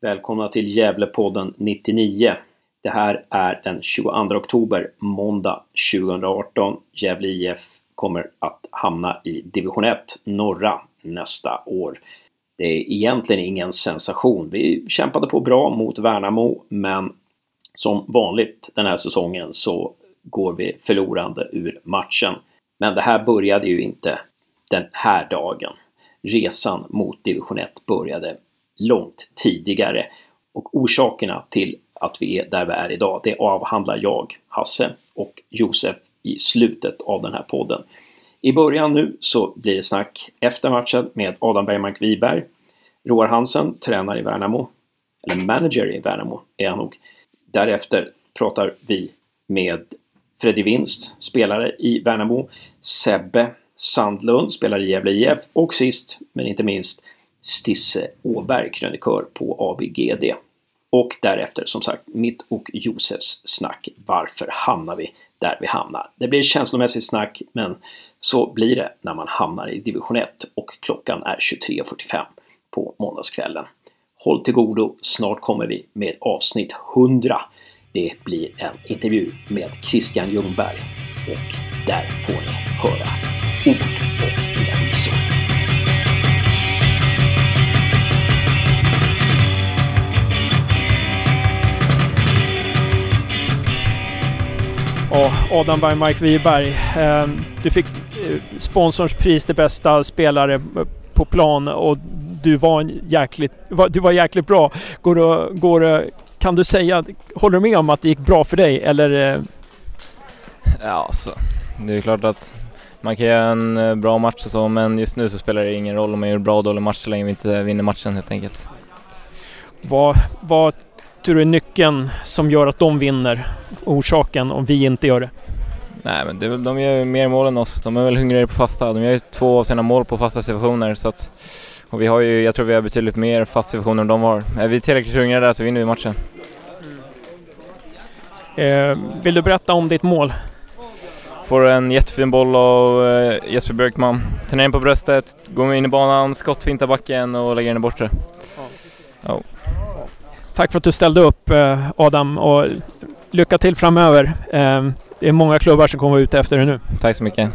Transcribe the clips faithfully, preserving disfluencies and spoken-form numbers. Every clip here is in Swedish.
Välkomna till Gävlepodden nittionio. Det här är den tjugoandra oktober, måndag tjugoarton. Gävle I F kommer att hamna i division ett norra nästa år. Det är egentligen ingen sensation. Vi kämpade på bra mot Värnamo, men som vanligt den här säsongen så går vi förlorande ur matchen. Men det här började ju inte den här dagen. Resan mot division ett började långt tidigare, och orsakerna till att vi är där vi är idag, det avhandlar jag, Hasse och Josef i slutet av den här podden. I början nu så blir det snack efter matchen med Adam Bergmark Wiberg. Roar Hansen, tränare i Värnamo, eller manager i Värnamo är han nog. Därefter pratar vi med Freddy Winst, spelare i Värnamo, Sebbe Sandlund, spelare i Gävle I F, och sist men inte minst Stisse Åberg, krönikör på A B G D. Och därefter som sagt mitt och Josefs snack. Varför hamnar vi där vi hamnar? Det blir känslomässigt snack, men så blir det när man hamnar i division ett och klockan är tjugotre fyrtiofem på måndagskvällen. Håll till godo, snart kommer vi med avsnitt hundra. Det blir en intervju med Christian Ljungberg, och där får ni höra ord och inga visor. Ja, Adam Bergmark Wiberg, du fick sponsorns pris till bästa spelare på plan, och du var en jäkligt, du var jäkligt bra. Går det, går det, kan du säga, håller du med om att det gick bra för dig, eller? Ja, alltså, det är klart att man kan göra en bra match och så, men just nu så spelar det ingen roll om man gör bra och dålig match så länge vi inte vinner matchen helt enkelt. Vad, vad tror du är nyckeln som gör att de vinner, orsaken om vi inte gör det? Nej, men det, de gör mer mål än oss. De är väl hungrigare på fasta. De gör ju två av sina mål på fasta situationer, så att, och vi har ju, jag tror vi har betydligt mer fasta situationer än de har. Är vi tillräckligt hungriga där så vinner vi matchen. Mm. Eh, vill du berätta om ditt mål? Får en jättefin boll av eh, Jesper Björkman. Tänder in på bröstet, går in i banan, skottfintar backen och lägger den bortre. Ja. Oh. Tack för att du ställde upp, Adam, och lycka till framöver. Det är många klubbar som kommer ut efter det nu. Tack så mycket.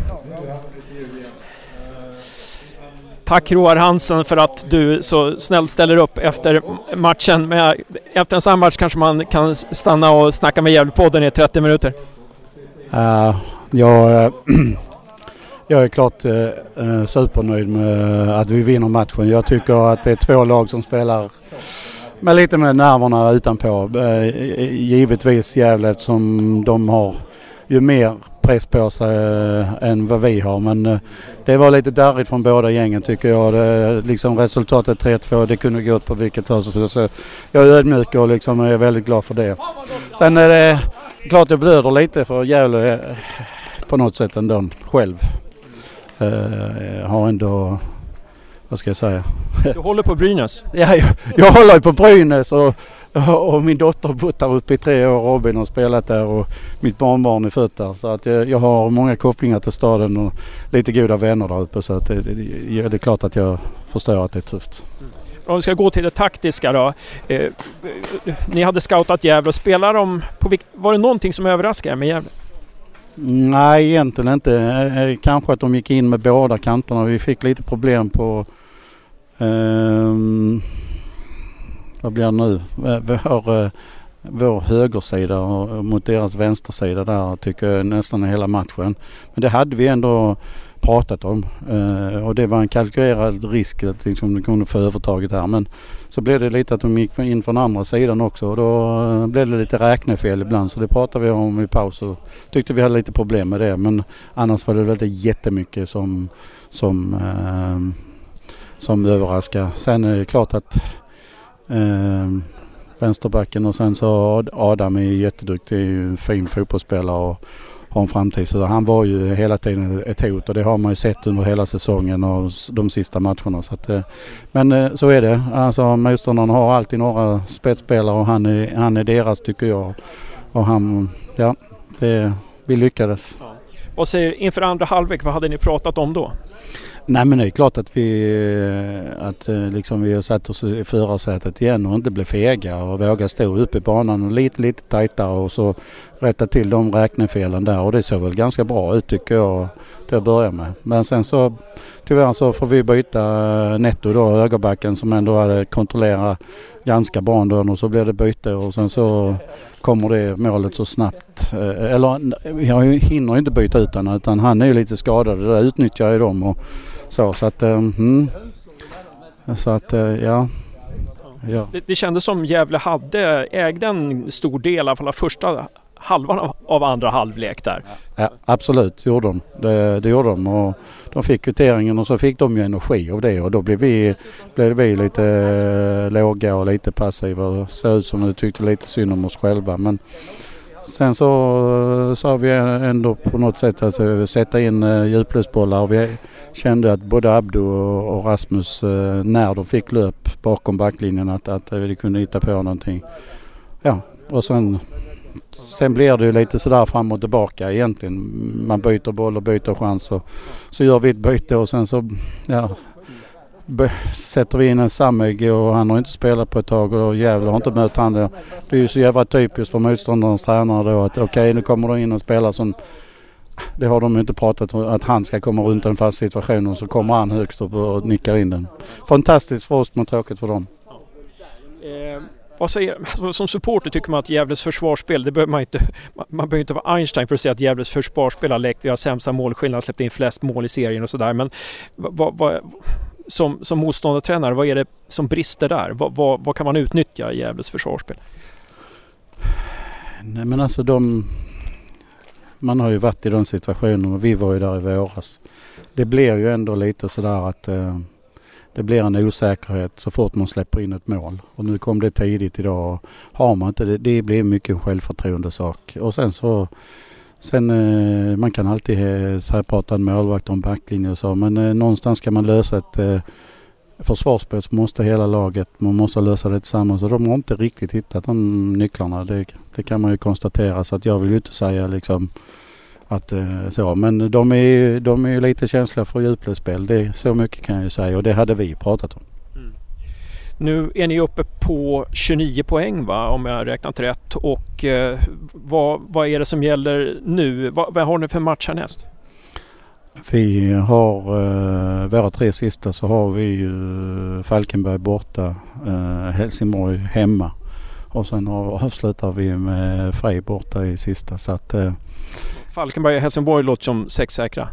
Tack Roar Hansen för att du så snällt ställer upp efter matchen. Men efter en sån match kanske man kan stanna och snacka med Gävlepodden i trettio minuter. Uh, jag, jag är klart uh, supernöjd med att vi vinner matchen. Jag tycker att det är två lag som spelar med lite med nerverna utanpå. Eh, givetvis Gävle, som de har ju mer press på sig eh, än vad vi har. Men eh, det var lite darrigt från båda gängen tycker jag. Det, liksom resultatet tre två, det kunde gått på vilket håll. Så, så jag är ödmjuk och liksom är väldigt glad för det. Sen är det klart jag blöder lite för Gävle eh, på något sätt ändå själv. Eh, har ändå... Vad ska jag säga? Du håller på Brynäs? Ja, jag, jag håller på Brynäs och, och min dotter har bott där uppe i tre år. Robin har spelat där och mitt barnbarn är fött där. Så att jag, jag har många kopplingar till staden och lite goda vänner där uppe. Så att det, det, det är klart att jag förstår att det är tufft. Mm. Om vi ska gå till det taktiska då. Eh, ni hade scoutat Gävle och spelar de på, var det någonting som överraskade med Gävle? Nej, egentligen inte. Kanske att de gick in med båda kanterna. Vi fick lite problem på um, vad blir det nu? Vi har vår högersida mot deras vänstersida där tycker jag nästan hela matchen. Men det hade vi ändå pratat om. Uh, och det var en kalkylerad risk att liksom, de kunde få övertaget här. Men så blev det lite att de gick in från andra sidan också. Och då blev det lite räknefel ibland. Så det pratade vi om i paus och tyckte vi hade lite problem med det. Men annars var det väldigt jättemycket som, som, uh, som överraskade. Sen är det klart att uh, vänsterbacken och sen så Adam är jätteduktig, är ju en fin fotbollsspelare och har en framtid. Så han var ju hela tiden ett hot och det har man ju sett under hela säsongen och de sista matcherna. Så att, men så är det. Alltså, motståndarna har alltid några spetsspelare och han är, han är deras tycker jag. Och han, ja, det, vi lyckades. Ja. Vad säger inför andra halvlek, vad hade ni pratat om då? Nej, men det är klart att vi, att liksom vi har satt oss i förarsätet igen och inte bli fega och våga stå upp i banan och lite, lite tajtare och så rätta till de räknefelen där. Och det såg väl ganska bra ut tycker jag till att börja med. Men sen så tyvärr så får vi byta Netto då, högerbacken som ändå hade kontrollerat ganska bra ändå, och så blir det byte och sen så kommer det målet så snabbt. Eller jag hinner inte byta ut den, utan han är ju lite skadad och det utnyttjar ju dem och så, så att mm, så att ja. ja. Det, det kändes som Gävle hade ägde en stor del av alla första halvan av, av andra halvlek där. Ja, absolut gjorde de. Det, det gjorde de och de fick kvitteringen och så fick de ju energi av det och då blev vi, blev vi lite låga och lite passiva och såg ut som vi tyckte lite synd om oss själva. Men sen så sa vi ändå på något sätt att alltså, sätta in uh, djupledsbollar och vi kände att både Abdo och, och Rasmus uh, när de fick löp bakom backlinjen att, att uh, vi kunde hitta på någonting. Ja, och sen Sen blir det ju lite sådär fram och tillbaka egentligen. Man byter boll och byter chans och så gör vi ett byte och sen så ja, b- sätter vi in en Samig och han har inte spelat på ett tag och Gävle har inte mött han där. Det är ju så jävla typiskt för motståndarens tränare då att okej okay, nu kommer det in en spelare som det har de ju inte pratat om att han ska komma runt en fast situation och så kommer han högst upp och nickar in den. Fantastiskt för oss men tråkigt för dem. Eh. Vad säger, som supporter tycker man att Gävles försvarsspel, det behöver man inte, man behöver inte vara Einstein för att säga att Gävles försvarsspel har läckt, vi har sämsta målskillnad, släppt in flest mål i serien och sådär, men vad, vad, som, som motståndartränare, vad är det som brister där? Vad, vad, vad kan man utnyttja i Gävles försvarsspel? Nej men alltså de, man har ju varit i den situationen och vi var ju där i våras. Det blir ju ändå lite sådär att eh, det blir en osäkerhet så fort man släpper in ett mål. Och nu kom det tidigt idag. Har man inte det, det blir mycket en självförtroende sak. Och sen så, sen eh, man kan alltid eh, så här prata en målvakt om backlinje och så. Men eh, någonstans ska man lösa ett eh, försvarsspel så måste hela laget, man måste lösa det tillsammans. Och de har inte riktigt hittat de nycklarna. Det, det kan man ju konstatera. Så att jag vill ju inte säga liksom att så, men de är de är lite känsliga för djupledsspel. Det är så mycket kan jag ju säga och det hade vi pratat om. Mm. Nu är ni uppe på tjugonio poäng va, om jag räknat rätt och eh, vad, vad är det som gäller nu? Vad, vad har ni för match härnäst? Vi har eh, våra tre sista så har vi ju Falkenberg borta, eh, Helsingborg hemma och sen har, avslutar vi med Frej borta i sista så att eh, Falkenberg och Helsingborg låter som sex säkra.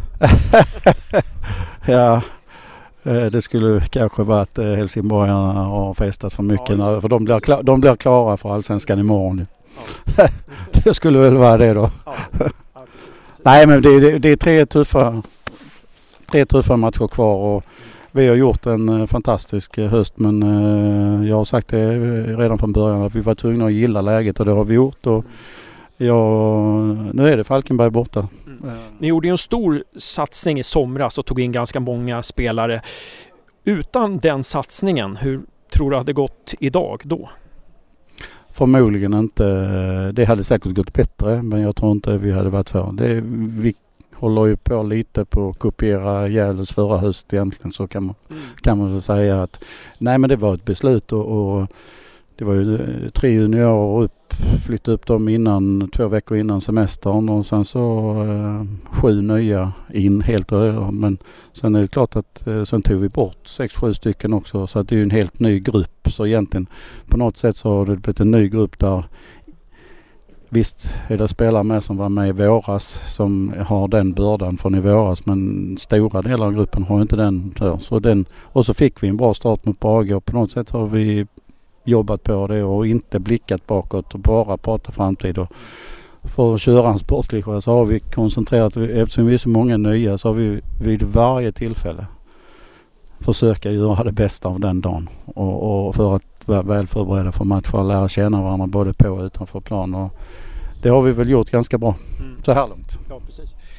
Ja, det skulle kanske vara att Helsingborgarna har festat för mycket. Ja, för de blir, klar, de blir klara för Allsvenskan imorgon. Ja. Det skulle väl vara det då. Ja. Ja, nej, men det, det, det är tre tuffa, tre tuffa matcher kvar och vi har gjort en fantastisk höst men jag har sagt det redan från början att vi var tvungna att gilla läget och det har vi gjort och ja, nu är det Falkenberg borta. Mm. Ni gjorde ju en stor satsning i somras och tog in ganska många spelare. Utan den satsningen, hur tror du det hade gått idag då? Förmodligen inte. Det hade säkert gått bättre men jag tror inte vi hade varit för. Det, vi håller ju på lite på att kopiera Gävles förra höst egentligen så kan man, mm. kan man säga att nej men det var ett beslut och, och det var ju tre juniorer upp, flyttade upp dem innan, två veckor innan semestern och sen så eh, sju nya in helt och men sen är det klart att eh, sen tog vi bort sex, sju stycken också så att det är ju en helt ny grupp så egentligen på något sätt så har det blivit en ny grupp där visst är det spelare med som var med i våras som har den bördan från i våras men stora delar av gruppen har inte den så den och så fick vi en bra start mot Brage och på något sätt har vi jobbat på det och inte blickat bakåt och bara pratat framtid. Och för att köra en sportlig så har vi koncentrerat, eftersom vi är så många nya så har vi vid varje tillfälle försöka göra det bästa av den dagen. Och, och för att vara väl förberedda för match för att lära känna varandra både på och utanför plan. Och det har vi väl gjort ganska bra. Mm. Så här långt. Ja, precis.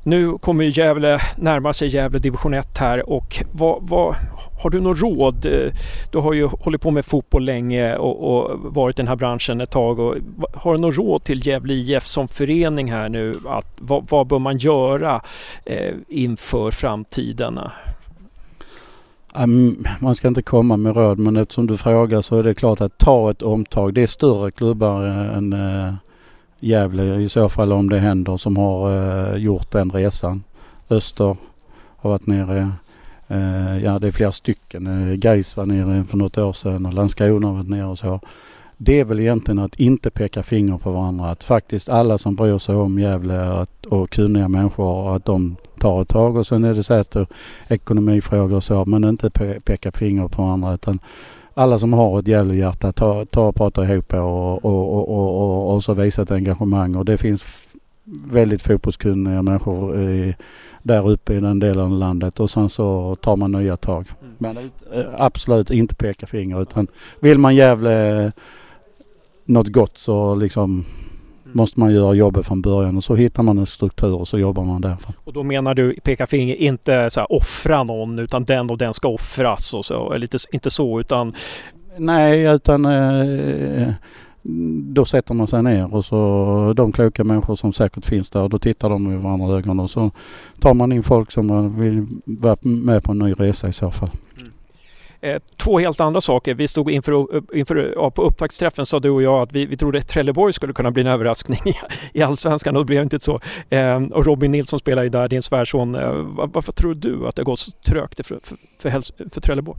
Nu kommer ju Gävle, närmar sig Gävle division ett här och vad, vad, har du något råd? Du har ju hållit på med fotboll länge och, och varit i den här branschen ett tag. Och, har du något råd till Gävle I F som förening här nu? Att, vad, vad bör man göra eh, inför framtiden? Um, man ska inte komma med råd, men eftersom du frågar så är det klart att ta ett omtag. Det är större klubbar än uh, Gävle i så fall om det händer som har uh, gjort den resan. Öster har varit nere, uh, ja det är flera stycken. Uh, Gais var nere för något år sedan och Landskrona har varit nere och så. Det är väl egentligen att inte peka finger på varandra. Att faktiskt alla som bryr sig om Gävle att, och kunniga människor, att de tar ett tag. Och sen är det säkert ekonomifrågor och så, men inte pe- peka finger på varandra. Utan alla som har ett Gävle-hjärta, ta, ta och prata ihop och, och, och, och, och, och så visa ett engagemang. Och det finns f- väldigt fotbollskunniga människor i, där uppe i den delen av landet. Och sen så tar man nya tag. Mm. Men äh, absolut inte peka finger, utan vill man Gävle något gott så liksom mm. måste man göra jobbet från början och så hittar man en struktur och så jobbar man därför. Och då menar du peka finger inte så här offra någon utan den och den ska offras och så, eller inte, inte så utan... Nej, utan eh, då sätter man sig ner och så de kloka människor som säkert finns där, då tittar de i varandra ögon och så tar man in folk som vill vara med på en ny resa i så fall. Mm. Två helt andra saker. Vi stod inför, inför ja, på upptaktsträffen sa du och jag att vi, vi trodde att Trelleborg skulle kunna bli en överraskning i, i Allsvenskan och det blev inte så. Eh, och Robin Nilsson spelar ju där, din svärson. Eh, var, varför tror du att det går så trögt för, för, för, för, för Trelleborg?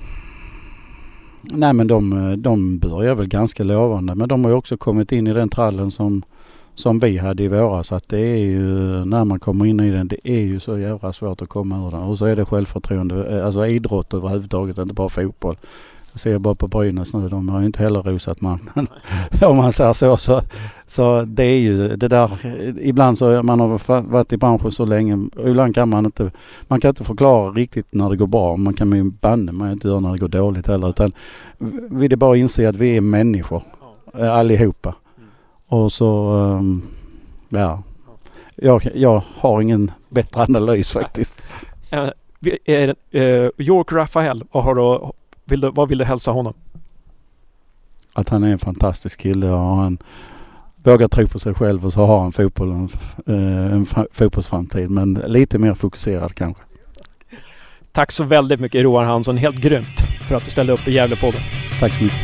Nej, men de, de börjar väl ganska lovande, men de har ju också kommit in i den trallen som, som vi hade i våras. Så att det är ju, när man kommer in i den, det är ju så jävla svårt att komma ur den. Och så är det självförtroende, alltså idrott överhuvudtaget, inte bara fotboll. Jag ser bara på Brynäs nu, de har ju inte heller rosat marknaden. Om man säger så, så. Så det är ju det där, ibland så man har varit i branschen så länge, ibland kan man inte, man kan inte förklara riktigt när det går bra. Man kan ju banne man inte göra när det går dåligt heller. Utan vi det bara inse att vi är människor, allihopa. Och så, ja, jag, jag har ingen bättre analys faktiskt. Uh, är, uh, York Rafael, vad, har du, vill du, vad vill du hälsa honom? Att han är en fantastisk kille och han vågar tro på sig själv och så har han fotboll, en, en fotbollsframtid, men lite mer fokuserad kanske. Tack så väldigt mycket Roar Hansson, helt grymt för att du ställde upp i Gävlepodden. Tack så mycket.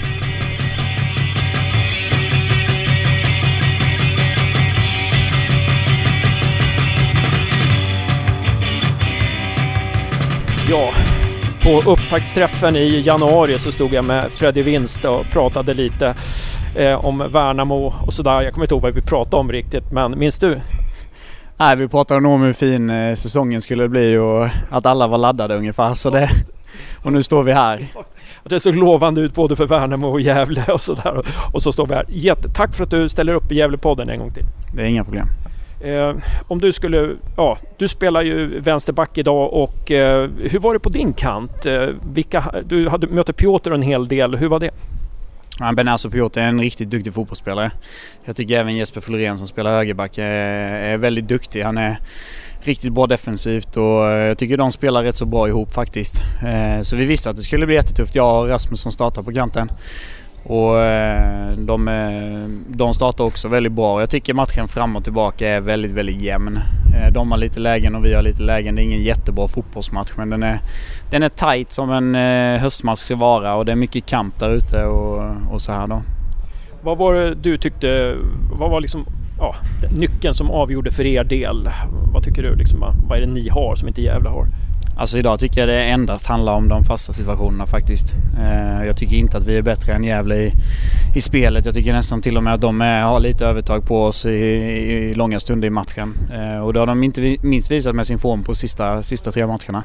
Ja, på upptaktsträffen i januari så stod jag med Freddy Winst och pratade lite eh, om Värnamo och sådär. Jag kommer inte ihåg vad vi pratade om riktigt, men minns du? Nej, vi pratade nog om hur fin eh, säsongen skulle bli och att alla var laddade ungefär. Så det, och nu står vi här. Det såg lovande ut både för Värnamo och Gävle och sådär. Och, och så står vi här. Jättetack för att du ställer upp i Gävlepodden en gång till. Det är inga problem. Eh, om du skulle, ja, du spelar ju vänsterback idag och eh, hur var det på din kant? Eh, vilka, du hade mötte Piotr en hel del, hur var det? Ja, Benazzo Piotr är en riktigt duktig fotbollsspelare. Jag tycker även Jesper Florén som spelar högerback är, är väldigt duktig. Han är riktigt bra defensivt och jag tycker de spelar rätt så bra ihop faktiskt. Eh, så vi visste att det skulle bli jättetufft. Jag och Rasmus som startar på kanten. Och de, de startar också väldigt bra. Jag tycker matchen fram och tillbaka är väldigt, väldigt jämn. De har lite lägen och vi har lite lägen. Det är ingen jättebra fotbollsmatch, men den är, den är tight som en höstmatch ska vara. Och det är mycket kamp där ute och, och så här då. Vad var det du tyckte, vad var liksom, ja, nyckeln som avgjorde för er del? Vad tycker du? Liksom, vad är det ni har som inte Gävle har? Alltså idag tycker jag det endast handlar om de fasta situationerna faktiskt. Eh, jag tycker inte att vi är bättre än Gävle i, i spelet. Jag tycker nästan till och med att de är, har lite övertag på oss i, i långa stunder i matchen. Eh, och det har de inte minst visat med sin form på sista, sista tre matcherna.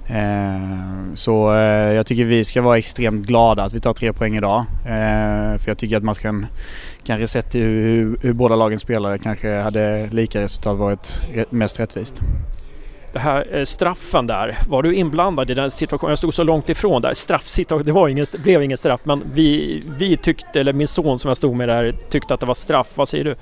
Eh, så eh, jag tycker vi ska vara extremt glada att vi tar tre poäng idag. Eh, för jag tycker att matchen, kanske sett hur, hur, hur båda lagen spelar, kanske hade lika resultat varit mest rättvist. Det här straffen där, var du inblandad i den situationen? Jag stod så långt ifrån där. Straffsituation, det var ingen, blev ingen straff, men vi, vi tyckte, eller min son som jag stod med där, tyckte att det var straff. Vad säger du?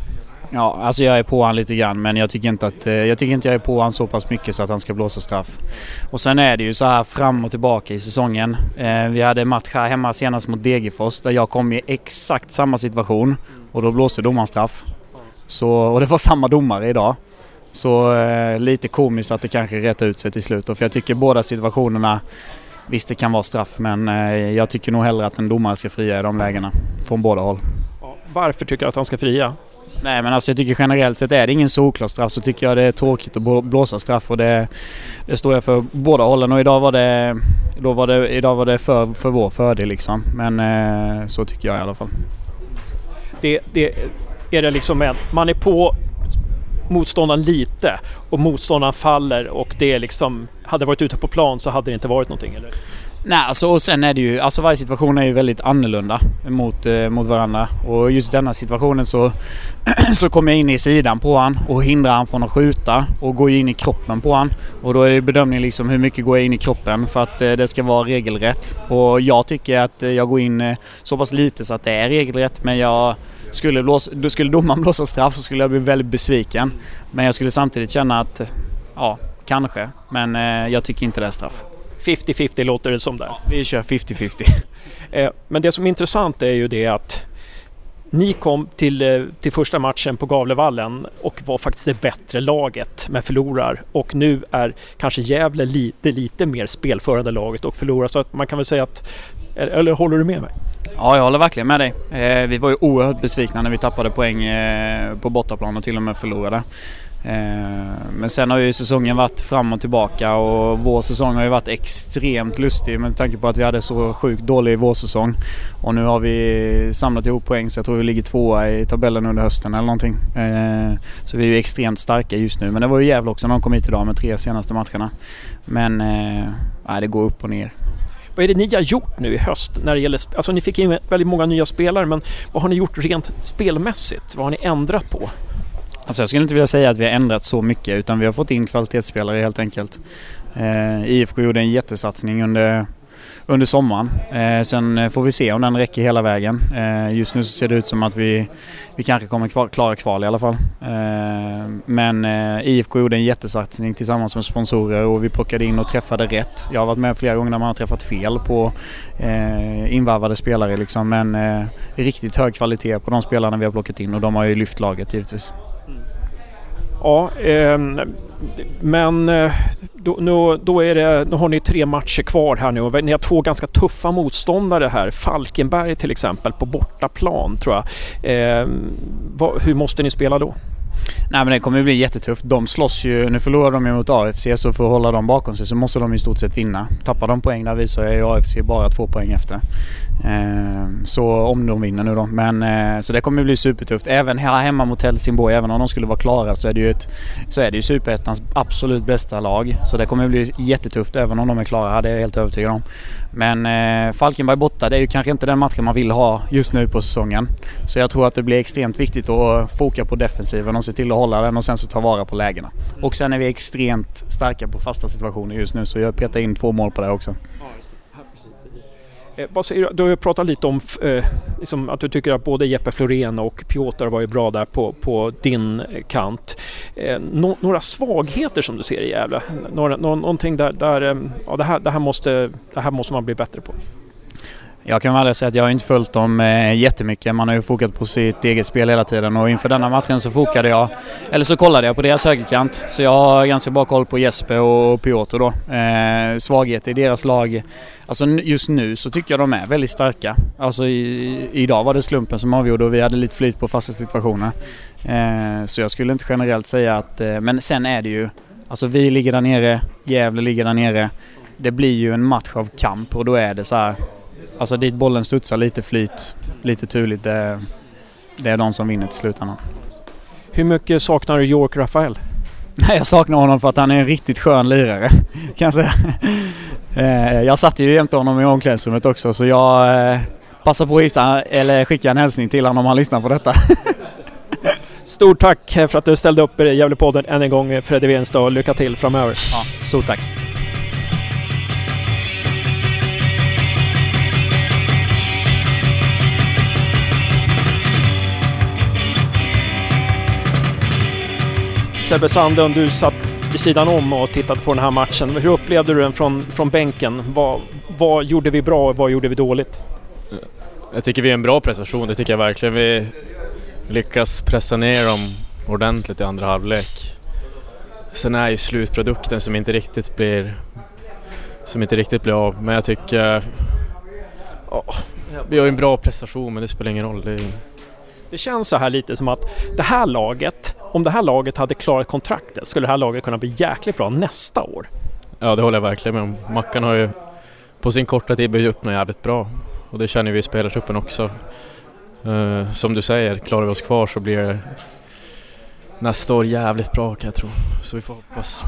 Ja, alltså jag är på han lite grann, men jag tycker inte att jag tycker inte jag är på han så pass mycket så att han ska blåsa straff. Och sen är det ju så här fram och tillbaka i säsongen. Eh, vi hade match här hemma senast mot Degerfors där jag kom i exakt samma situation och då blåste domaren straff. Så, och det var samma domare idag. Så eh, lite komiskt att det kanske rätt ut sig till slut. För jag tycker båda situationerna, visst det kan vara straff, men eh, jag tycker nog hellre att en domare ska fria i de lägena från båda håll. Ja, varför tycker du att han ska fria? Nej, men alltså jag tycker generellt sett är det ingen solklar straff så tycker jag det är tråkigt att blåsa straff och det, det står jag för båda hållen och idag var det, då var det, idag var det för, för vår fördel liksom. Men eh, så tycker jag i alla fall. Det, det är det liksom en, man är på motståndaren lite och motståndaren faller och det är liksom, hade varit ute på plan så hade det inte varit någonting eller? Nej, alltså, och sen är det ju, alltså varje situation är ju väldigt annorlunda mot, eh, mot varandra och just denna situationen så, så kommer jag in i sidan på han och hindrar han från att skjuta och går in i kroppen på han och då är det bedömning liksom hur mycket går jag in i kroppen för att eh, det ska vara regelrätt och jag tycker att eh, jag går in eh, så pass lite så att det är regelrätt men jag skulle, blåsa, då skulle domaren blåsa straff så skulle jag bli väldigt besviken men jag skulle samtidigt känna att ja, kanske, men eh, jag tycker inte det är straff. femtio femtio låter det som där. Ja, vi kör femtio femtio. eh, men det som är intressant är ju det att ni kom till, till första matchen på Gavlevallen och var faktiskt det bättre laget men förlorar. Och nu är kanske Gävle lite, lite mer spelförande laget och förlorar. Så att man kan väl säga att... Eller håller du med mig? Ja, jag håller verkligen med dig. Eh, vi var ju oerhört besvikna när vi tappade poäng eh, på bortaplan och till och med förlorade. Men sen har ju säsongen varit fram och tillbaka och vår säsong har ju varit extremt lustig med tanke på att vi hade så sjukt dålig vårsäsong och nu har vi samlat ihop poäng så jag tror vi ligger tvåa i tabellen under hösten eller någonting. Så vi är ju extremt starka just nu, men det var ju jävla också när de kom hit idag med tre senaste matcherna. Men nej, det går upp och ner. Vad är det ni har gjort nu i höst när det gäller, alltså ni fick in väldigt många nya spelare, men vad har ni gjort rent spelmässigt? Vad har ni ändrat på? Alltså jag skulle inte vilja säga att vi har ändrat så mycket utan vi har fått in kvalitetsspelare helt enkelt. Eh, I F K gjorde en jättesatsning under, under sommaren. Eh, sen får vi se om den räcker hela vägen. Eh, just nu så ser det ut som att vi, vi kanske kommer kvar, klara kval i alla fall. Eh, men eh, I F K gjorde en jättesatsning tillsammans med sponsorer och vi plockade in och träffade rätt. Jag har varit med flera gånger när man har träffat fel på eh, invarvade spelare liksom. Men eh, riktigt hög kvalitet på de spelarna vi har plockat in och de har ju lyft laget givetvis. Ja, eh, men då, då, då, är det, då har ni tre matcher kvar här nu och ni har två ganska tuffa motståndare här. Falkenberg till exempel på bortaplan tror jag. Eh, vad, hur måste ni spela då? Nej, men det kommer bli jättetufft. De slåss ju, nu förlorar de ju mot A F C så för att hålla dem bakom sig så måste de i stort sett vinna. Tappar de poäng där vi så är A F C bara två poäng efter. Eh, så om de vinner nu då. Men, eh, så det kommer bli supertufft. Även här hemma mot Helsingborg, även om de skulle vara klara så är det ju, ett, så är det ju Superettans absolut bästa lag. Så det kommer bli jättetufft även om de är klara, det är jag helt övertygad om. Men eh, Falkenberg borta, det är ju kanske inte den matchen man vill ha just nu på säsongen. Så jag tror att det blir extremt viktigt att foka på defensiven och se till att hålla den och sen så ta vara på lägena. Och sen är vi extremt starka på fasta situationer just nu så jag petar in två mål på det också. Eh, vad säger du? Du har ju pratat lite om eh, liksom att du tycker att både Jeppe Florén och Piotr var ju bra där på, på din kant. Eh, no, några svagheter som du ser i Gävle? Några, nå, någonting där, där eh, ja, det, här, det, här måste, det här måste man bli bättre på. Jag kan väl säga att jag har inte följt dem eh, jättemycket. Man har ju fokat på sitt eget spel hela tiden och inför denna matchen så fokade jag, eller så kollade jag på deras högerkant. Så jag har ganska bra koll på Jesper och Piotr då. Eh, svaghet i deras lag. Alltså just nu så tycker jag de är väldigt starka. Alltså i, idag var det slumpen som avgjorde och vi hade lite flyt på fasta situationer. Eh, så jag skulle inte generellt säga att, eh, men sen är det ju, alltså vi ligger där nere, Gävle ligger där nere. Det blir ju en match av kamp och då är det så här. Alltså dit bollen studsar, lite flyt, lite turligt, det, det är de som vinner till slutändan. Hur mycket saknar du York Rafael? Nej, jag saknar honom för att han är en riktigt skön lirare, kan jag säga. Jag satt ju jämte honom i omklädningsrummet också, så jag eh, passar på att hissa, eller skicka en hälsning till honom om han lyssnar på detta. Stort tack för att du ställde upp i Gävlepodden än en gång, Freddy Wenstad, och lycka till framöver. Ja, stort tack. Sebbe Sandlund, du satt vid sidan om och tittade på den här matchen. Hur upplevde du den från, från bänken? Vad, vad gjorde vi bra och vad gjorde vi dåligt? Jag tycker vi är en bra prestation, det tycker jag verkligen. Vi lyckas pressa ner dem ordentligt i andra halvlek. Sen är ju slutprodukten som inte riktigt blir som inte riktigt blir av. Men jag tycker åh, vi har en bra prestation, men det spelar ingen roll. Det, är... det känns så här lite som att det här laget, om det här laget hade klarat kontraktet, skulle det här laget kunna bli jäkligt bra nästa år. Ja, det håller jag verkligen med om. Mackan har ju på sin korta tid byggt upp något jävligt bra. Och det känner vi i spelartruppen också. Uh, som du säger, klarar vi oss kvar så blir det nästa år jävligt bra, kan jag tro. Så vi får hoppas.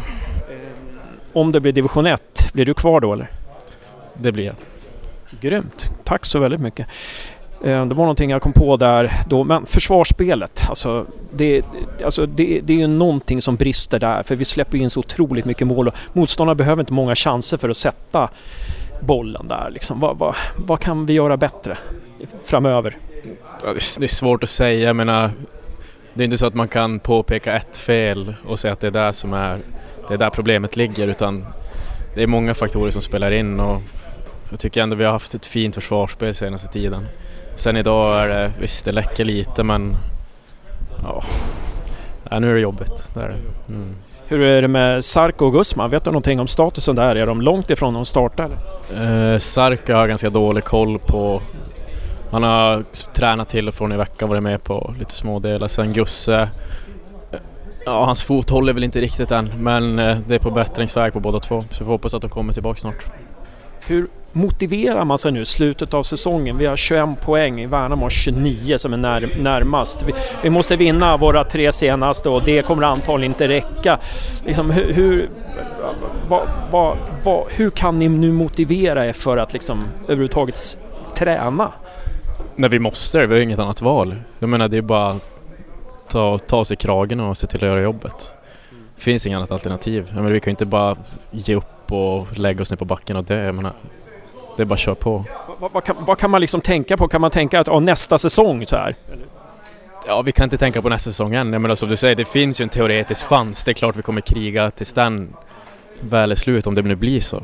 Om det blir division ett, blir du kvar då eller? Det blir jag. Grymt. Tack så väldigt mycket. Det var någonting jag kom på där då, men försvarsspelet, alltså det, alltså det, det är ju någonting som brister där, för vi släpper in så otroligt mycket mål och motståndarna behöver inte många chanser för att sätta bollen där liksom. Vad, vad, vad kan vi göra bättre framöver? Ja, det är svårt att säga, jag menar, det är inte så att man kan påpeka ett fel och säga att det är där som är det är där problemet ligger, utan det är många faktorer som spelar in, och jag tycker ändå vi har haft ett fint försvarsspel senaste tiden. Sen idag är det, visst det läcker lite, men ja, ja nu är det jobbigt. Där. Mm. Hur är det med Sarko och Gusman? Vet du någonting om statusen där? Är de långt ifrån att starta eller? Eh, Sarko har ganska dålig koll på, han har tränat till och från i veckan, varit med på lite små delar. Sen Gusse, ja, hans fot håller väl inte riktigt än, men det är på bättringsväg på båda två, så vi hoppas att de kommer tillbaka snart. Hur motiverar man sig nu slutet av säsongen? Vi har tjugoett poäng, i Värnamo har tjugonio som är när, närmast. Vi, vi måste vinna våra tre senaste och det kommer antagligen inte räcka. Liksom, hur, hur, vad, vad, vad, hur kan ni nu motivera er för att liksom, överhuvudtaget träna? När vi måste, vi har inget annat val. Jag menar, det är bara ta, ta sig i kragen och se till att göra jobbet. Det finns inget annat alternativ. Jag menar, vi kan ju inte bara ge upp och lägga oss ner på backen och det, jag menar, det är bara att köra på. Vad, vad, kan, vad kan man liksom tänka på? Kan man tänka att ja, nästa säsong så här? Ja, vi kan inte tänka på nästa säsong än. Jag menar, som du säger, det finns ju en teoretisk chans. Det är klart vi kommer kriga tills den väl är slut, om det nu blir så.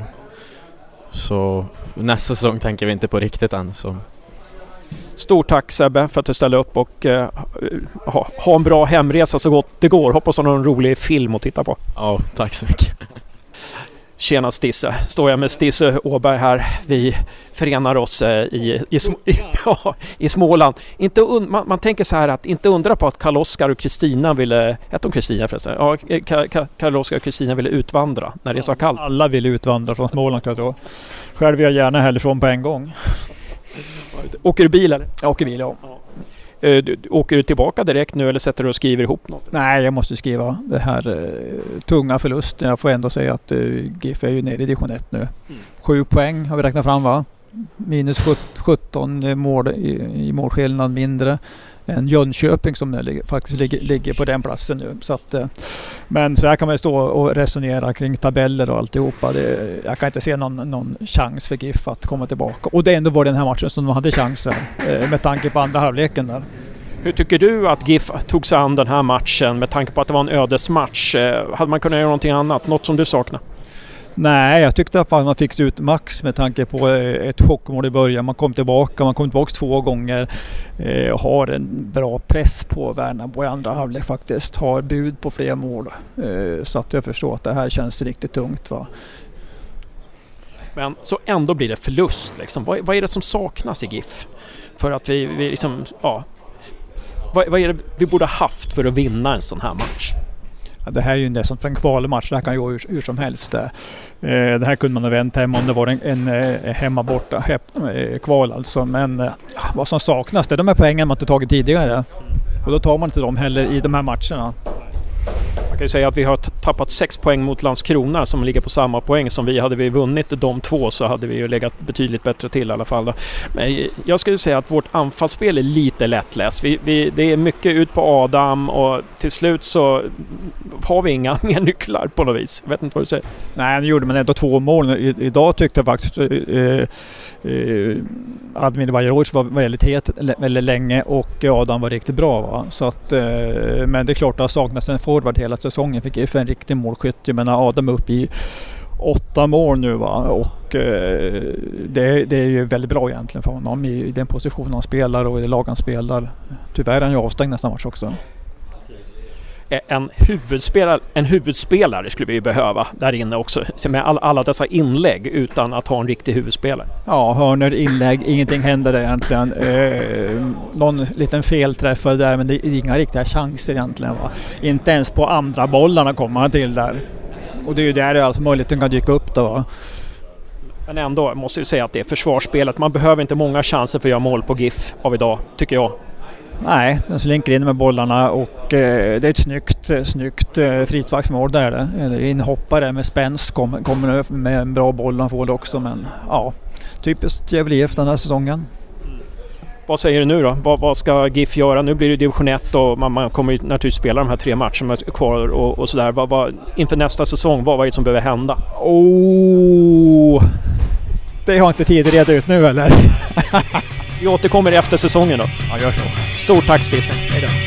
Så nästa säsong tänker vi inte på riktigt än. Så. Stort tack Sebbe för att du ställde upp och uh, ha, ha en bra hemresa så gott det går. Hoppas ha någon rolig film att titta på. Ja, tack så mycket. Tjena Stisse, står jag med Stisse Åberg här. Vi förenar oss eh, i, i, i, ja, i Småland. Inte un, man, man tänker så här att inte undra på att Karl-Oskar och Kristina ville, hette de Kristina förresten? Ja, Karl-Oskar och Kristina ville utvandra när det är så kallt. Alla ville utvandra från Småland, kan jag tro. Själv vill jag gärna härifrån på en gång. Åker du bil eller? Jag åker bil, ja. Du, du, åker du tillbaka direkt nu eller sätter du och skriver ihop något? Nej, jag måste skriva det här uh, tunga förlusten. Jag får ändå säga att uh, GIF är ju nere i division ett nu. Mm. Sju poäng har vi räknat fram, va? Minus sjutton mål i, i målskillnad mindre än Jönköping som ligger, faktiskt ligger, ligger på den platsen nu. Så att, uh, men så här kan man stå och resonera kring tabeller och alltihopa. Det, jag kan inte se någon, någon chans för GIF att komma tillbaka. Och det ändå var den här matchen som de hade chansen uh, med tanke på andra halvleken där. Hur tycker du att GIF tog sig an den här matchen med tanke på att det var en ödesmatch? Hade man kunnat göra någonting annat? Något som du saknar? Nej, jag tyckte att man fick ut max med tanke på ett chockmål i början. Man kom tillbaka, man kom tillbaka två gånger. Eh, har en bra press på Värnamo i andra halvlek faktiskt. Har bud på fler mål. Eh, så att jag förstår att det här känns riktigt tungt, va? Men så ändå blir det förlust liksom. Vad, vad är det som saknas i GIF? För att vi, vi liksom, ja... Vad, vad är det vi borde ha haft för att vinna en sån här match? Ja, det här är ju nästan en kvalmatch. Det här kan ju gå hur, hur som helst. Eh, det här kunde man ha vänt hem om det var en, en, en hemma borta he, eh, kval alltså. Men eh, vad som saknas, det är de här poängen man inte tagit tidigare. Och då tar man inte dem heller i de här matcherna. Man kan ju säga att vi har tappat sex poäng mot Landskrona som ligger på samma poäng som vi. Hade vi vunnit de två så hade vi ju legat betydligt bättre till i alla fall. Då. Men jag skulle säga att vårt anfallsspel är lite lättläst. Vi, vi, det är mycket ut på Adam och till slut så GIF har vi inga mer nycklar på något vis. Jag vet inte vad du säger. Nej, nu gjorde man ändå två mål. I, idag tyckte jag faktiskt eh, eh, Admir Vajerovic var väldigt het väldigt länge och Adam var riktigt bra. Va? Så att, eh, men det är klart att det saknas en forward hela säsongen. Fick GIF en riktig målskytt. Jag menar, Adam är uppe i åtta mål nu, va? Och eh, det, det är ju väldigt bra egentligen för honom i, i den positionen han spelar och i det lag han spelar. Tyvärr är han ju avstängd nästa match också. En huvudspelare, en huvudspelare skulle vi behöva där inne också, med all, alla dessa inlägg utan att ha en riktig huvudspelare. Ja, hörner, inlägg, ingenting händer där egentligen. Eh, någon liten felträffare där, men det är inga riktiga chanser egentligen. Va? Inte ens på andra bollarna kommer han till där. Och det är ju där allt möjligt kan dyka upp då. Va? Men ändå måste jag säga att det är försvarsspelet. Man behöver inte många chanser för att göra mål på GIF av idag, tycker jag. Nej, den slinker in med bollarna och eh, det är ett snyggt, snyggt eh, frisparksmål där. Det. Inhoppare med spänst kommer, kommer med en bra boll han får det också, men ja, typiskt Gävle I F den här säsongen. Vad säger du nu då? Vad, vad ska GIF göra? Nu blir det division ett och man, man kommer ju naturligtvis spela de här tre matcherna kvar och, och sådär. Vad, vad, inför nästa säsong, vad, vad är det som behöver hända? Oh, det har inte tid att reda ut nu eller? Vi återkommer efter säsongen då. Ja, gör så. Stort tack Stisen. Hej då.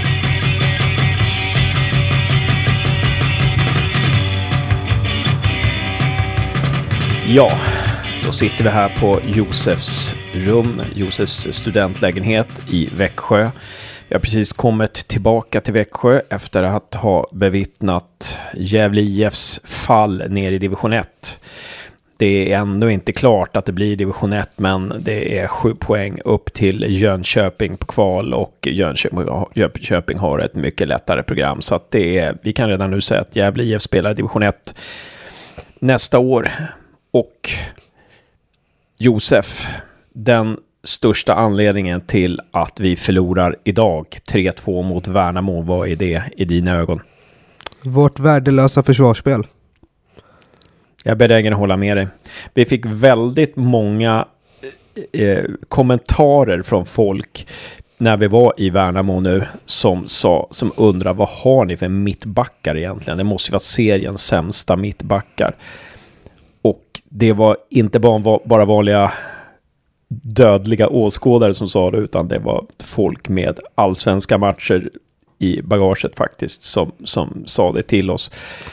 Ja, då sitter vi här på Josefs rum, Josefs studentlägenhet i Växjö. Vi har precis kommit tillbaka till Växjö efter att ha bevittnat Gävle I F:s fall ner i division ett. Det är ändå inte klart att det blir division ett, men det är sju poäng upp till Jönköping på kval och Jönköping har ett mycket lättare program. Så att det är, vi kan redan nu säga att Gävle I F spelar division ett nästa år. Och Josef, den största anledningen till att vi förlorar idag tre två mot Värnamo, vad är det i dina ögon? Vårt värdelösa försvarsspel. Jag är benägen att hålla med dig. Vi fick väldigt många eh, kommentarer från folk när vi var i Värnamo nu som, sa, som undrar vad har ni för mittbackar egentligen? Det måste ju vara seriens sämsta mittbackar. Och det var inte bara, bara vanliga dödliga åskådare som sa det, utan det var folk med allsvenska matcher i bagaget faktiskt som, som sa det till oss.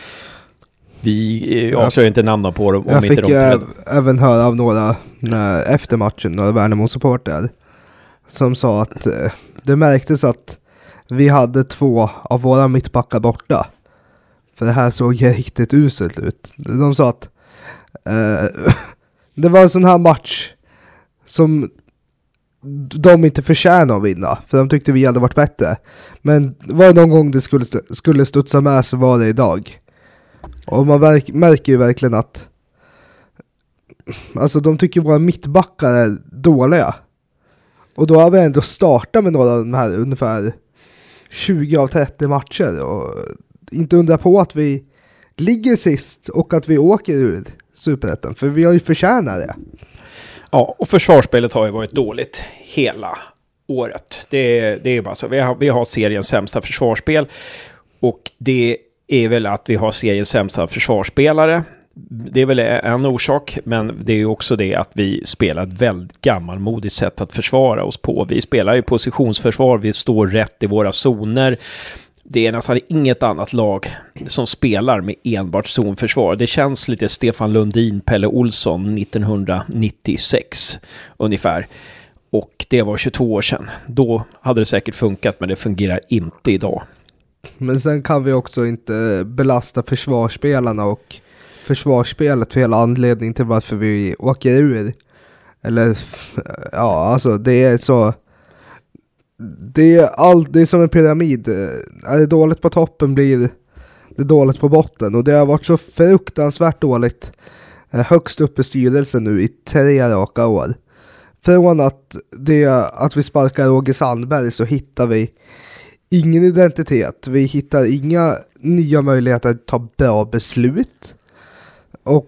Vi avslöjar inte namn på dem. Om jag inte fick de ä- även höra av några när, efter matchen, några Värnamo-supporter som sa att eh, det märktes att vi hade två av våra mittbackar borta. För det här såg ju riktigt uselt ut. De sa att eh, det var en sån här match som de inte förtjänar att vinna. För de tyckte vi hade varit bättre. Men var det någon gång det skulle, skulle studsa med så var det idag. Och man verk, märker ju verkligen att alltså de tycker våra mittbackar är dåliga. Och då har vi ändå startat med några av de här ungefär tjugo av trettio matcher. Och inte undra på att vi ligger sist och att vi åker ur Superettan. För vi har ju förtjänat det. Ja, och försvarsspelet har ju varit dåligt hela året. Det, det är bara så. Vi har, vi har seriens sämsta försvarsspel. Och det är väl att vi har seriens sämsta försvarsspelare. Det är väl en orsak, men det är ju också det att vi spelar ett väldigt gammalmodigt sätt att försvara oss på. Vi spelar ju positionsförsvar, vi står rätt i våra zoner. Det är nästan inget annat lag som spelar med enbart zonförsvar. Det känns lite Stefan Lundin, Pelle Olsson nittonhundranittiosex ungefär. Och det var tjugotvå år sedan. Då hade det säkert funkat, men det fungerar inte idag. Men sen kan vi också inte belasta försvarsspelarna och försvarsspelet för hela anledning till varför vi åker ur. Eller ja, alltså det är så det är allt, det är som en pyramid. Är det dåligt på toppen blir det dåligt på botten, och det har varit så fruktansvärt dåligt högst upp i styrelsen nu i tre raka år. Från att det att vi sparkar Roger Sandberg så hittar vi ingen identitet. Vi hittar inga nya möjligheter att ta bra beslut. Och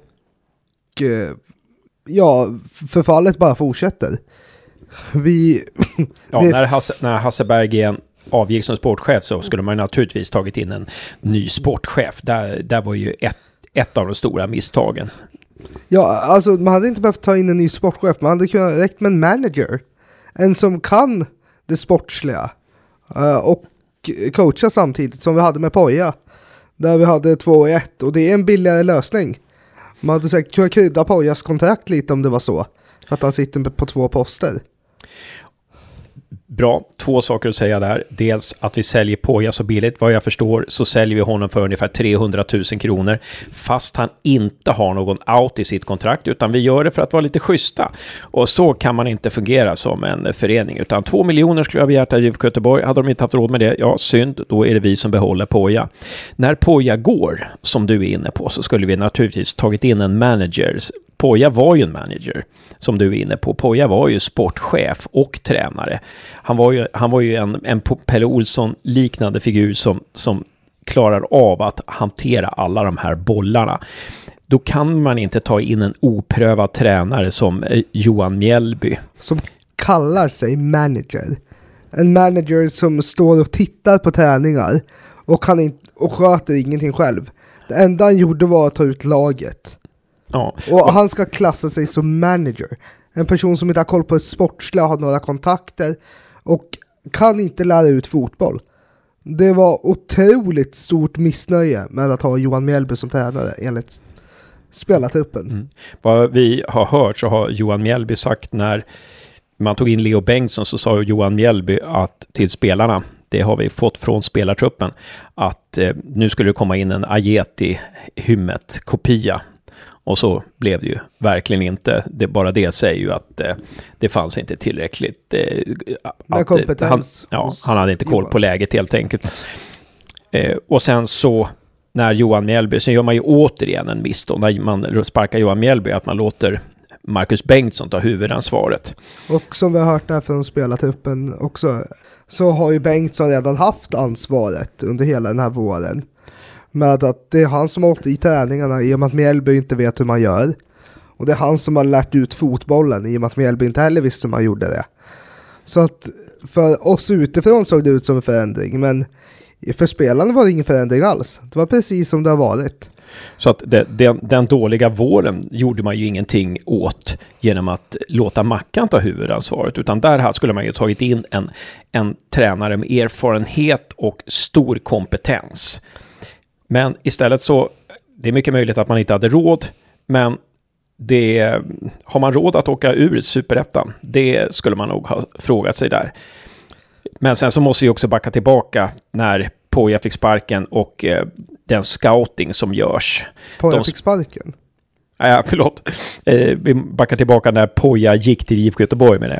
ja, förfallet bara fortsätter. Vi ja, det... när, Hasse, när Hasse Berggren avgick som sportchef så skulle man naturligtvis tagit in en ny sportchef. Där, där var ju ett, ett av de stora misstagen. Ja, alltså man hade inte behövt ta in en ny sportchef. Man hade kunnat räcka med en manager. En som kan det sportsliga. Uh, och coacha samtidigt som vi hade med Poja. Där vi hade två i ett. Och det är en billigare lösning. Man hade säkert kunnat krydda Pojas kontrakt lite om det var så. För att han sitter på två poster. Bra, två saker att säga där. Dels att vi säljer Poja så billigt. Vad jag förstår så säljer vi honom för ungefär trehundratusen kronor. Fast han inte har någon out i sitt kontrakt. Utan vi gör det för att vara lite schyssta. Och så kan man inte fungera som en förening. Utan två miljoner skulle jag begärt av I F K Göteborg. Hade de inte haft råd med det, ja synd. Då är det vi som behåller Poja. När Poja går, som du är inne på, så skulle vi naturligtvis tagit in en manager. Poja var ju en manager, som du är inne på. Poja var ju sportchef och tränare. Han var ju, han var ju en, en Pelle Olsson-liknande figur som, som klarar av att hantera alla de här bollarna. Då kan man inte ta in en oprövad tränare som Johan Mjällby. Som kallar sig manager. En manager som står och tittar på träningar och, kan in, och sköter ingenting själv. Det enda han gjorde var att ta ut laget. Ja. Och han ska klassa sig som manager. En person som inte har koll på ett sportsliga, har några kontakter och kan inte lära ut fotboll. Det var otroligt stort missnöje med att ha Johan Mjällby som tränare enligt spelartruppen. Mm. Vad vi har hört så har Johan Mjällby sagt när man tog in Leo Bengtsson, så sa Johan Mjällby att till spelarna, det har vi fått från spelartruppen, att eh, nu skulle det komma in en Ajeti Hymmet kopia. Och så blev det ju verkligen inte. Det, bara det säger ju att eh, det fanns inte tillräckligt. Eh, att, kompetens. Han, ja, han hade inte koll på läget helt enkelt. Eh, och sen så när Johan Mjällby, så gör man ju återigen en miss då, när man sparkar Johan Mjällby, att man låter Marcus Bengtsson ta huvudansvaret. Och som vi har hört där från spelartruppen också, så har ju Bengtsson redan haft ansvaret under hela den här våren. Med att det är han som har åkt i träningarna i och med att Mjällby inte vet hur man gör. Och det är han som har lärt ut fotbollen i och med att Mjällby inte heller visste hur man gjorde det. Så att för oss utifrån såg det ut som en förändring. Men för spelarna var det ingen förändring alls. Det var precis som det har varit. Så att det, den, den dåliga våren gjorde man ju ingenting åt genom att låta Mackan ta huvudansvaret. Utan där här skulle man ju tagit in en, en tränare med erfarenhet och stor kompetens. Men istället så, det är mycket möjligt att man inte hade råd, men det, har man råd att åka ur Superettan? Det skulle man nog ha frågat sig där. Men sen så måste vi också backa tillbaka när Poja fick sparken och eh, den scouting som görs. Poja De, fick sparken? Ja, förlåt. Eh, vi backar tillbaka när Poja gick till I F K Göteborg med det.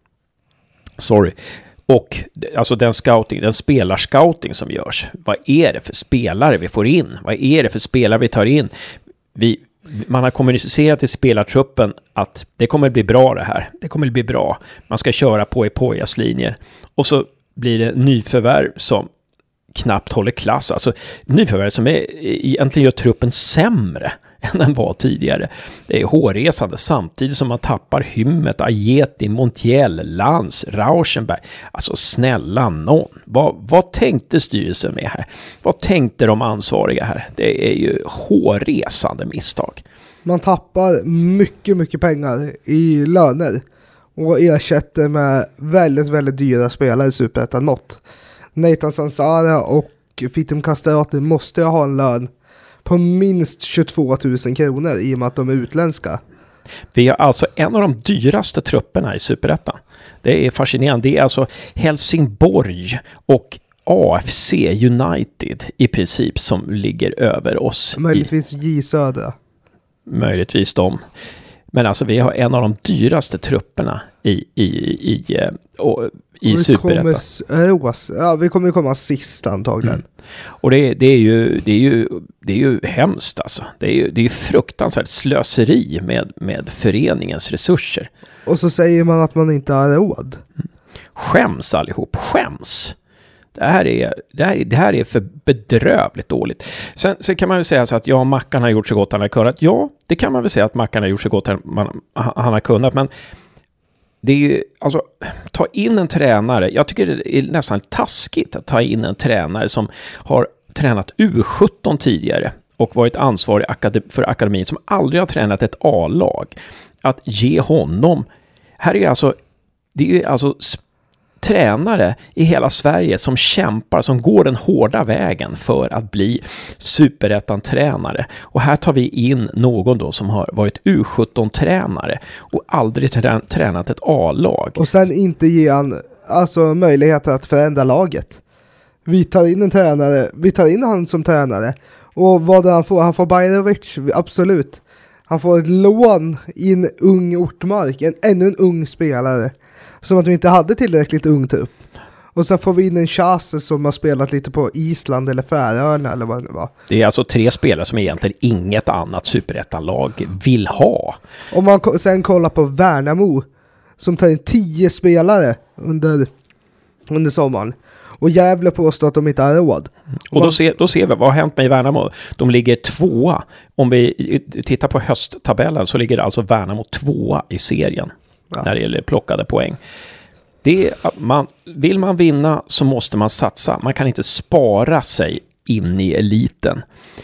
Sorry. Och alltså den scouting, den spelarscouting som görs. Vad är det för spelare vi får in? Vad är det för spelare vi tar in? Vi, man har kommunicerat till spelartruppen att det kommer bli bra det här. Det kommer bli bra. Man ska köra på i Pojas linjer. Och så blir det nyförvärv som knappt håller klass. Alltså nyförvärv som är, egentligen gör truppen sämre än den var tidigare. Det är hårresande samtidigt som man tappar Hymmet, Ajeti, Montiel, Lans, Rauschenberg. Alltså snälla någon. Vad, vad tänkte styrelsen med här? Vad tänkte de ansvariga här? Det är ju hårresande misstag. Man tappar mycket, mycket pengar i löner och ersätter med väldigt, väldigt dyra spelare i Superettan mått. Nathan Sansara och Fitim Castrati måste ha en lön på minst tjugotvå tusen kronor i och med att de är utländska. Vi har alltså en av de dyraste trupperna i Superettan. Det är fascinerande. Det är alltså Helsingborg och A F C United i princip som ligger över oss. Möjligtvis J Södra. Möjligtvis de. Men alltså vi har en av de dyraste trupperna i, i, i, i, och, i Superettan. Ja, vi kommer komma sist antagligen. Mm. Och det, det, är ju, det, är ju, det är ju hemskt alltså. Det är ju, det är ju fruktansvärt slöseri med, med föreningens resurser. Och så säger man att man inte har råd. Mm. Skäms allihop, skäms. Det här är, det här, det här är för bedrövligt dåligt. Sen, sen kan man väl säga så att ja, Mackan har gjort så gott han har kunnat. Ja, det kan man väl säga att Mackan har gjort så gott han, man, han har kunnat. Men det är ju, alltså, ta in en tränare. Jag tycker det är nästan taskigt att ta in en tränare som har tränat U sjutton tidigare och varit ansvarig för akademin, som aldrig har tränat ett A-lag. Att ge honom, här är alltså, det är ju alltså tränare i hela Sverige som kämpar, som går den hårda vägen för att bli superettan-tränare. Och här tar vi in någon då som har varit U sjutton-tränare och aldrig trä- tränat ett A-lag. Och sen inte ge han alltså möjlighet att förändra laget. Vi tar in en tränare, vi tar in han som tränare. Och vad han får, han får Bajrovic, absolut. Han får ett lån i en ung Ortmark, en, ännu en ung spelare. Som att vi inte hade tillräckligt ung trupp. Och sen får vi in en Chase som har spelat lite på Island eller Färöarna eller vad det var. Det är alltså tre spelare som egentligen inget annat superettanlag vill ha. Om man ko- sen kollar på Värnamo som tar in tio spelare under, under sommaren. Och Gävle påstår att de inte har råd. Och då ser, då ser vi, vad har hänt med Värnamo? De ligger tvåa. Om vi tittar på hösttabellen så ligger alltså Värnamo tvåa i serien. Ja. När det gäller plockade poäng. Det är, man, vill man vinna så måste man satsa. Man kan inte spara sig in i eliten.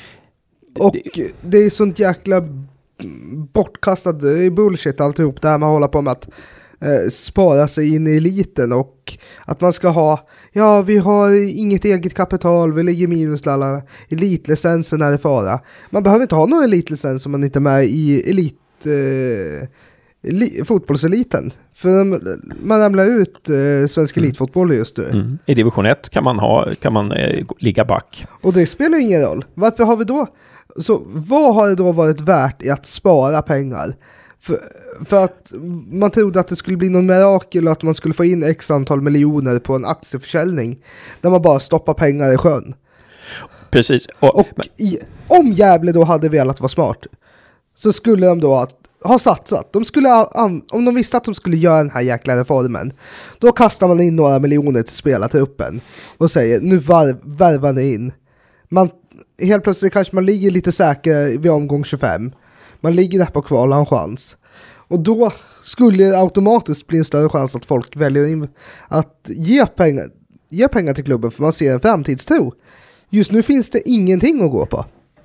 Och det, det är sånt jäkla bortkastat bullshit alltihop. Det här man håller på med att eh, spara sig in i eliten. Och att man ska ha, ja vi har inget eget kapital, vi ligger minus alla elitlicensen är i fara. Man behöver inte ha någon elitlicens om man inte är med i elit... Eh, Eli- fotbollseliten. För man ramlar ut eh, svensk mm. elitfotboll just nu. Mm. I division ett kan man, ha, kan man eh, ligga back. Och det spelar ingen roll. Varför har vi då... Så vad har det då varit värt i att spara pengar? För, för att man trodde att det skulle bli någon mirakel och att man skulle få in x antal miljoner på en aktieförsäljning. Där man bara stoppar pengar i sjön. Precis. Och, och i, om Gävle då hade velat vara smart så skulle de då att har satsat. De skulle, om de visste att de skulle göra den här jäkla reformen, då kastar man in några miljoner till spelartruppen och säger, nu var, värvar ni in. Man, helt plötsligt kanske man ligger lite säker vid omgång tjugofem. Man ligger där på kval och har en chans. Och då skulle det automatiskt bli en större chans att folk väljer in, att ge pengar, ge pengar till klubben för man ser en framtidstro. Just nu finns det ingenting att gå på.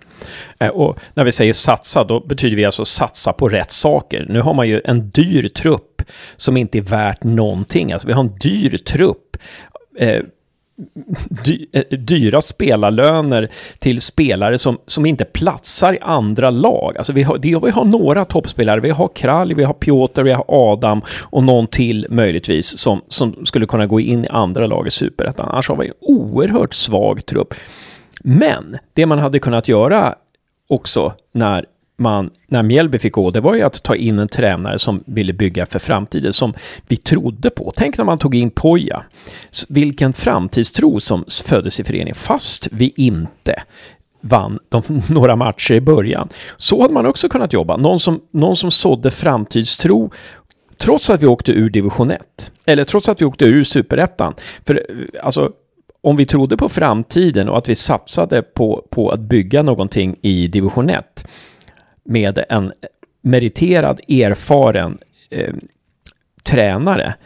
Och när vi säger satsa, då betyder vi alltså satsa på rätt saker. Nu har man ju en dyr trupp som inte är värt någonting. Alltså vi har en dyr trupp. Eh, dy, eh, dyra spelarlöner till spelare som, som inte platsar i andra lag. Alltså vi har, det, vi har några toppspelare. Vi har Kralj, vi har Piotr, vi har Adam och någon till möjligtvis som, som skulle kunna gå in i andra lag i Superettan. Annars har vi en oerhört svag trupp. Men det man hade kunnat göra också när, man, när Mjällby fick gå, det var ju att ta in en tränare som ville bygga för framtiden, som vi trodde på. Tänk när man tog in Poja. Vilken framtidstro som föddes i föreningen, fast vi inte vann de, några matcher i början. Så hade man också kunnat jobba. Någon som, någon som sådde framtidstro trots att vi åkte ur division ett. Eller trots att vi åkte ur Superettan. För alltså... Om vi trodde på framtiden och att vi satsade på, på att bygga någonting i division ett med en meriterad, erfaren eh, tränare,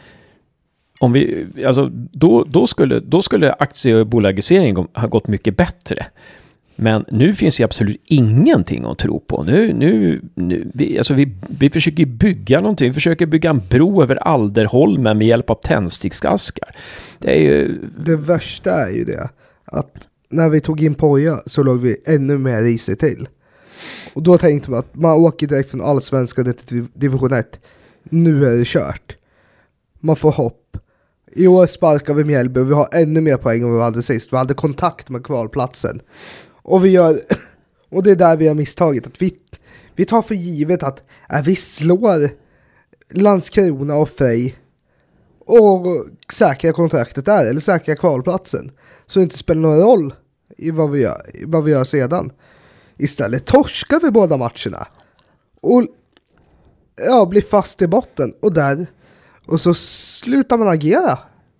om vi, alltså, då, då, skulle, då skulle aktiebolagiseringen ha gått mycket bättre. Men nu finns ju absolut ingenting att tro på. Nu, nu, nu, vi, alltså vi, vi försöker bygga någonting. Vi försöker bygga en bro över Alderholmen med hjälp av tändsticksaskar. Det är ju... Det värsta är ju det att när vi tog in Poja så låg vi ännu mer i sig till. Och då tänkte man att man åker direkt från allsvenskan till division ett. Nu är det kört. Man får hopp. I år sparkar vi Mjällby och vi har ännu mer poäng än vi hade sist. Vi hade kontakt med kvalplatsen. Och vi gör, och det är där vi har misstagit, att vi, vi tar för givet att äh, vi slår Landskrona och Frej och säkra kontraktet där, eller säkra kvalplatsen, så det inte spelar någon roll i vad vi gör, i vad vi gör sedan. Istället torskar vi båda matcherna och ja, blir fast i botten, och där och så slutar man agera.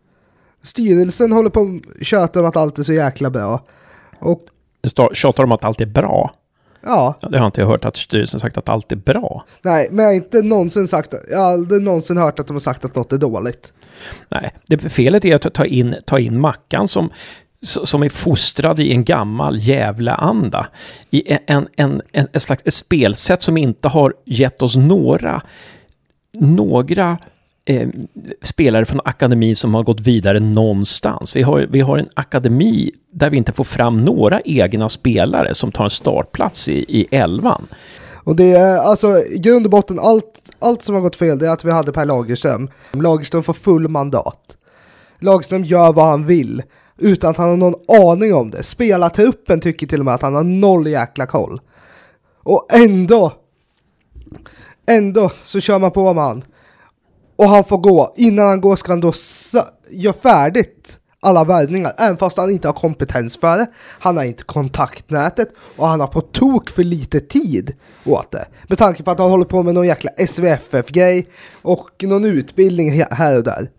Styrelsen håller på att köta om att allt är så jäkla bra, och tjatar om att allt är bra. Ja. ja. Det har inte jag hört att styrelsen sagt att allt är bra. Nej, men jag har inte någonsin sagt, jag har aldrig någonsin hört att de har sagt att något är dåligt. Nej, det felet är att ta in, ta in Mackan som, som är fostrad i en gammal jävla anda. I en, en, en, en, en slags ett spelsätt som inte har gett oss några några eh, spelare från akademin som har gått vidare någonstans. Vi har, vi har en akademi där vi inte får fram några egna spelare som tar en startplats i, i elvan. Och det är alltså i grund och botten allt, allt som har gått fel, det är att vi hade Per Lagerström. Lagerström får full mandat. Lagerström gör vad han vill utan att han har någon aning om det. Spelartruppen tycker till och med att han har noll jäkla koll. Och ändå ändå så kör man på med han. Och han får gå. Innan han går ska han då göra färdigt alla värvningar. Även fast han inte har kompetens för det. Han har inte kontaktnätet. Och han har på tok för lite tid åt det. Med tanke på att han håller på med någon jäkla S V F F-grej. Och någon utbildning här och där.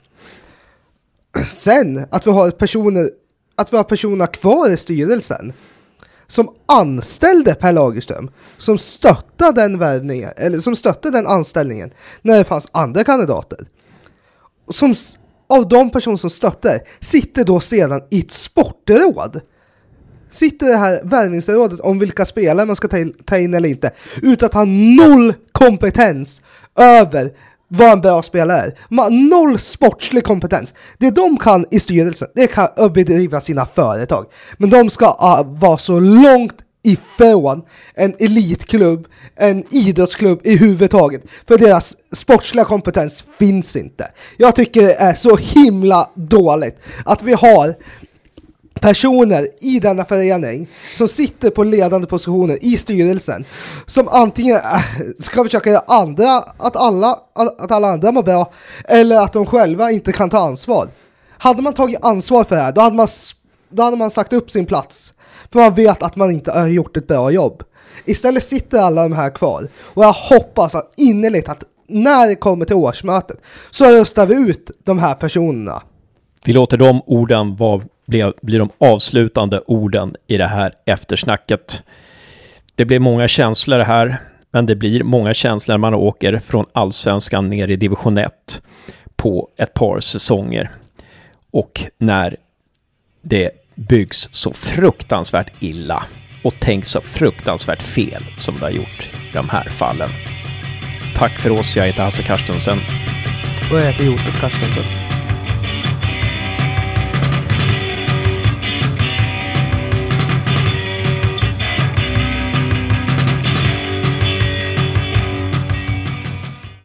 Sen att vi har personer, att vi har personer kvar i styrelsen. Som anställde Per Lagerström. Som stöttade den värvningen. Eller som stöttade den anställningen. När det fanns andra kandidater. Som av de personer som stöttar sitter då sedan i ett sportråd. Sitter det här värvningsrådet om vilka spelare man ska ta in, ta in eller inte. Utan att ha noll kompetens över vad en bra spelare är. Man har noll sportslig kompetens. Det de kan i styrelsen, det kan bedriva sina företag. Men de ska uh, vara så långt ifrån en elitklubb, en idrottsklubb i huvudtaget. För deras sportsliga kompetens finns inte. Jag tycker det är så himla dåligt att vi har personer i denna förening som sitter på ledande positioner i styrelsen som antingen äh, ska försöka göra andra att alla, att alla andra mår bra eller att de själva inte kan ta ansvar. Hade man tagit ansvar för det här, då hade man, då hade man sagt upp sin plats. För man vet att man inte har gjort ett bra jobb. Istället sitter alla de här kvar. Och jag hoppas att innerligt att när det kommer till årsmötet så röstar vi ut de här personerna. Vi låter de orden vara, bli, bli de avslutande orden i det här eftersnacket. Det blir många känslor här, men det blir många känslor när man åker från Allsvenskan ner i division ett på ett par säsonger. Och när det byggs så fruktansvärt illa och tänks så fruktansvärt fel som det har gjort i de här fallen. Tack för oss, jag heter Hasse Karstensen. Och jag heter Josef Karstensen.